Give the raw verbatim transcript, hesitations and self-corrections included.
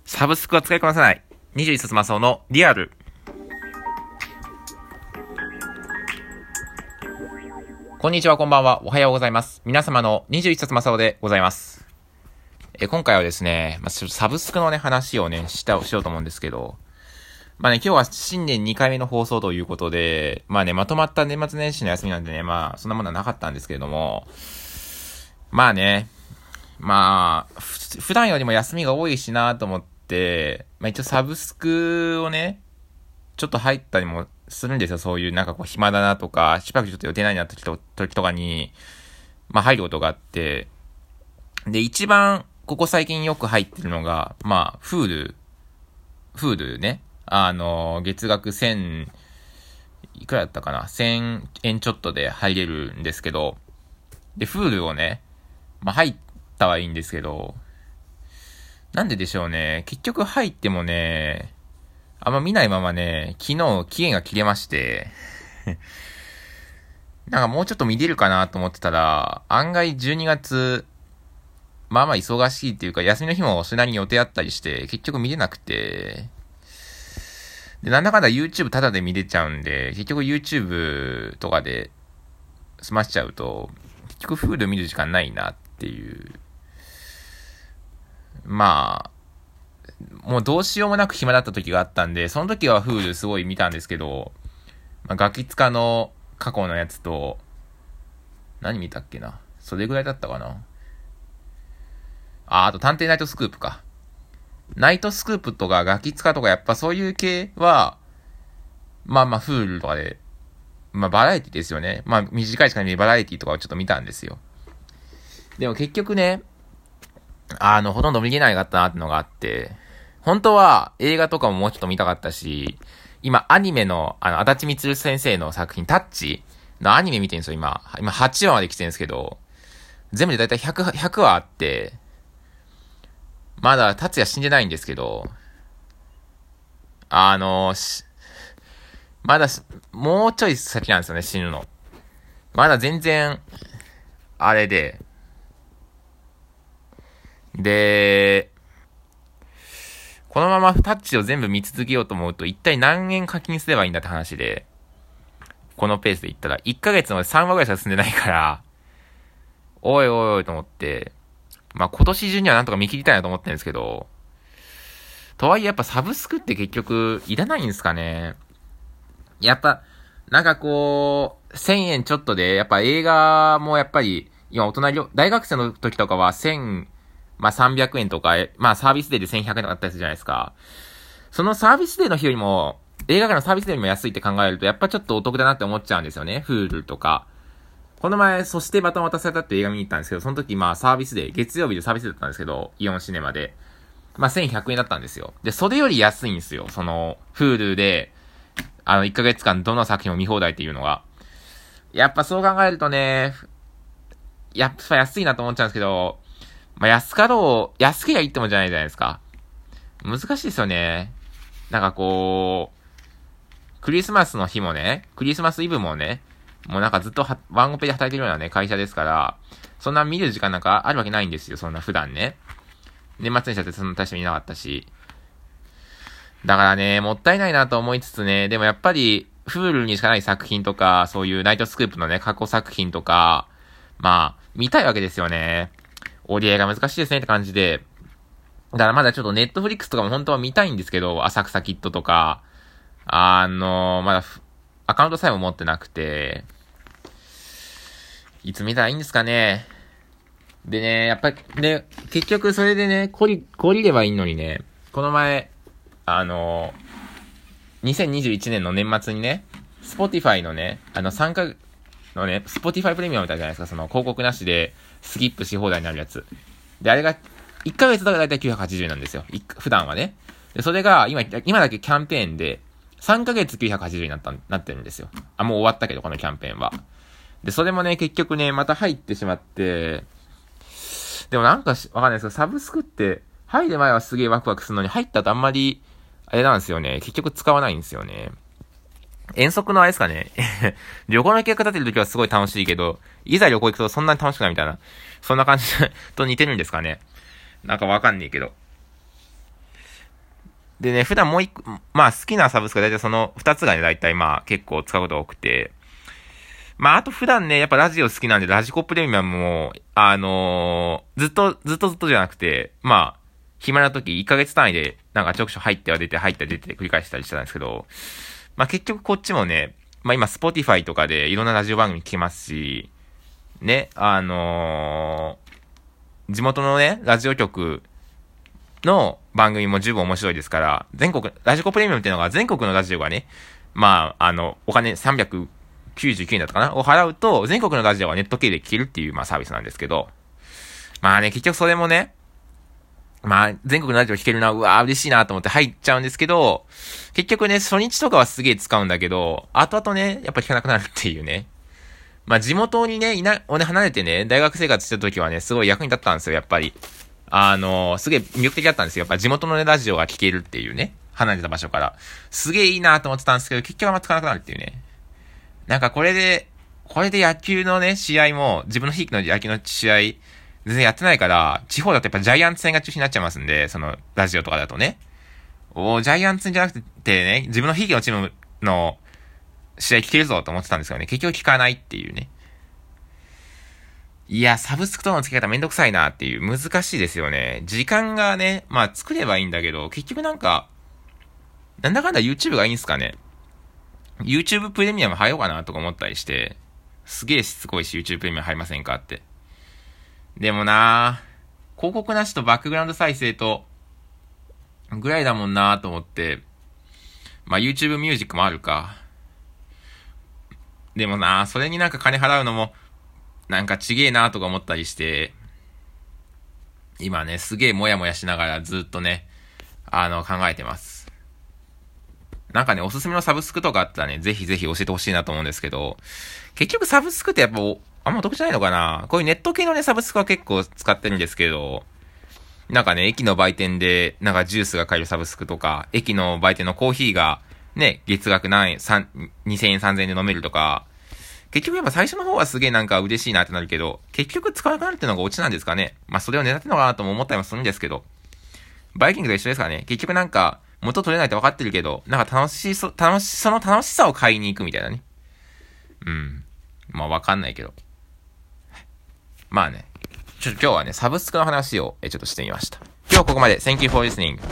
サブスクは使いこなせない。にじゅういっさつマサオのリアル。こんにちは、こんばんは。おはようございます。皆様のにじゅういっさつマサオでございます。え今回はですね、まあ、サブスクのね、話をね、した、しようと思うんですけど、まあね、今日は新年にかいめの放送ということで、まあね、まとまった年末年始の休みなんでね、まあ、そんなものはなかったんですけれども、まあね、まあ、普段よりも休みが多いしなと思って、まあ一応サブスクをね、ちょっと入ったりもするんですよ。そういうなんかこう暇だなとか、しばらくちょっと予定ないな時と時とかに、まあ入ることがあって、で、一番ここ最近よく入ってるのが、まあ、フール、フールね。あの、月額せん、いくらだったかな ?せん 円ちょっとで入れるんですけど、で、フールをね、まあ入ったはいいんですけど、なんででしょうね。結局入ってもね、あんま見ないままね、昨日期限が切れまして、なんかもうちょっと見れるかなと思ってたら、案外じゅうにがつ、まあまあ忙しいっていうか、休みの日もそれなりに予定あったりして、結局見れなくて、で、なんだかんだ YouTube タダで見れちゃうんで、結局 YouTube とかで済ましちゃうと、結局フール見る時間ないなっていう。まあ、もうどうしようもなく暇だった時があったんで、その時は Hulu すごい見たんですけど、まあ、ガキ使の過去のやつと、何見たっけな。それぐらいだったかな。あ、あと探偵ナイトスクープか。ナイトスクープとかガキ使とかやっぱそういう系は、まあまあ Hulu とかで、まあバラエティですよね。まあ短い時間にバラエティとかをちょっと見たんですよ。でも結局ね、あの、ほとんど見れないかったなってのがあって、本当は映画とかももうちょっと見たかったし、今アニメの、あの、足立光先生の作品、タッチのアニメ見てるんですよ、今。今はちわまで来てるんですけど、全部でだいたいひゃく、ひゃくわあって、まだ達也死んでないんですけど、あの、し、まだ、もうちょい先なんですよね、死ぬの。まだ全然、あれで、で、このままタッチを全部見続けようと思うと、一体何円課金すればいいんだって話で、このペースで言ったら、いっかげつまでさんわぐらいしか進んでないから、おいおいおいと思って、まあ今年中にはなんとか見切りたいなと思ってるんですけど、とはいえやっぱサブスクって結局、いらないんですかね。やっぱ、なんかこう、せんえんちょっとで、やっぱ映画もやっぱり、今大人、大学生の時とかはせん、まあ、さんびゃくえんとか、まあ、サービスデーでせんひゃくえんとかあったりするじゃないですか。そのサービスデーの日よりも、映画館のサービスデーよりも安いって考えると、やっぱちょっとお得だなって思っちゃうんですよね。Hulu とか。この前、そしてバトン渡されたって映画見に行ったんですけど、その時まあ、サービスデー、月曜日でサービスデーだったんですけど、イオンシネマで。まあ、せんひゃくえんだったんですよ。で、それより安いんですよ。その、Hulu で、あの、いっかげつかんどの作品を見放題っていうのが。やっぱそう考えるとね、やっぱ安いなと思っちゃうんですけど、まあ、安かろう、安けりゃいいってもんじゃないじゃないですか。難しいですよね。なんかこう、クリスマスの日もね、クリスマスイブもね、もうなんかずっとワンオペで働いてるようなね、会社ですから、そんな見る時間なんかあるわけないんですよ、そんな普段ね。年末年始だってそんな大して見なかったし。だからね、もったいないなと思いつつね、でもやっぱり、Hulu にしかない作品とか、そういうナイトスクープのね、過去作品とか、まあ、見たいわけですよね。折り合いが難しいですねって感じで。だからまだちょっとネットフリックスとかも本当は見たいんですけど、浅草キッドとか、あの、まだ、アカウントさえも持ってなくて、いつ見たらいいんですかね。でね、やっぱり、で、結局それでね、懲り、懲りればいいのにね、この前、あの、にせんにじゅういちねんの年末にね、Spotify のね、あの参加のね、Spotify プレミアムみたいじゃないですか、その広告なしでスキップし放題になるやつ。で、あれが、いっかげつだからだいたいきゅうひゃくはちじゅうえんなんですよ。普段はね。で、それが、今、今だけキャンペーンで、さんかげつきゅうひゃくはちじゅうえんになった、なってるんですよ。あ、もう終わったけど、このキャンペーンは。で、それもね、結局ね、また入ってしまって、でもなんかし、わかんないですけど、サブスクって、入る前はすげえワクワクするのに、入った後あんまり、あれなんですよね。結局使わないんですよね。遠足のあれですかね。旅行の計画立てるときはすごい楽しいけど、いざ旅行行くとそんなに楽しくないみたいな。そんな感じと似てるんですかね。なんかわかんねえけど。 でね、普段もう一個、まあ好きなサブスクは大体その二つがね、大体まあ結構使うことが多くて、まああと普段ね、やっぱラジオ好きなんで、ラジコプレミアムも、あのー、ずっと、ずっとずっとじゃなくて、まあ、暇な時いっかげつ単位で、なんかちょくちょく入っては出て、入っては出て繰り返したりしてたんですけど、まあ結局こっちもね、まあ今、スポティファイとかでいろんなラジオ番組聞けますし、ね、あのー、地元のね、ラジオ局の番組も十分面白いですから、全国、ラジコプレミアムっていうのが全国のラジオがね、まあ、あの、お金さんびゃくきゅうじゅうきゅうえんだったかなを払うと、全国のラジオがネット経由で聞けるっていう、まあサービスなんですけど、まあね、結局それもね、まあ、全国のラジオ聞けるな、うわー嬉しいなと思って入っちゃうんですけど、結局ね、初日とかはすげえ使うんだけど、後々ね、やっぱ聞かなくなるっていうね。まあ、地元にね、いな、俺離れてね、大学生活してた時はね、すごい役に立ったんですよ、やっぱり。あのー、すげえ魅力的だったんですよ。やっぱ地元のね、ラジオが聞けるっていうね。離れた場所から。すげえいいなと思ってたんですけど、結局あんま使わなくなるっていうね。なんかこれで、これで野球のね、試合も、自分の地域の野球の試合、全然やってないから、地方だとやっぱジャイアンツ戦が中止になっちゃいますんで、その、ラジオとかだとね。おー、ジャイアンツ戦じゃなくてね、自分のひいきのチームの試合聞けるぞと思ってたんですけどね、結局聞かないっていうね。いや、サブスクとの付け方めんどくさいなっていう、難しいですよね。時間がね、まあ作ればいいんだけど、結局なんか、なんだかんだ YouTube がいいんすかね。YouTube プレミアム入ろうかなとか思ったりして、すげえしつこいし YouTube プレミアム入りませんかって。でもなぁ、広告なしとバックグラウンド再生と、ぐらいだもんなぁと思って、まあ YouTube ミュージックもあるか。でもなぁ、それになんか金払うのも、なんかちげえなぁとか思ったりして、今ね、すげえもやもやしながらずっとね、あの、考えてます。なんかね、おすすめのサブスクとかあったらね、ぜひぜひ教えてほしいなと思うんですけど、結局サブスクってやっぱ、あんま得じゃないのかな。こういうネット系のね、サブスクは結構使ってるんですけど、なんかね、駅の売店で、なんかジュースが買えるサブスクとか、駅の売店のコーヒーが、ね、月額何円、三、にせんえんさんぜんえんで飲めるとか、結局やっぱ最初の方はすげえなんか嬉しいなってなるけど、結局使わなくなるっていうのがオチなんですかね。まあそれを狙ってるのかなとも思ったりもするんですけど、バイキングと一緒ですかね。結局なんか、元取れないって分かってるけど、なんか楽しそ、楽し、その楽しさを買いに行くみたいなね。うん。まあ分かんないけど。まあね。ちょっと今日はね、サブスクの話をえちょっとしてみました。今日はここまで。Thank you for listening.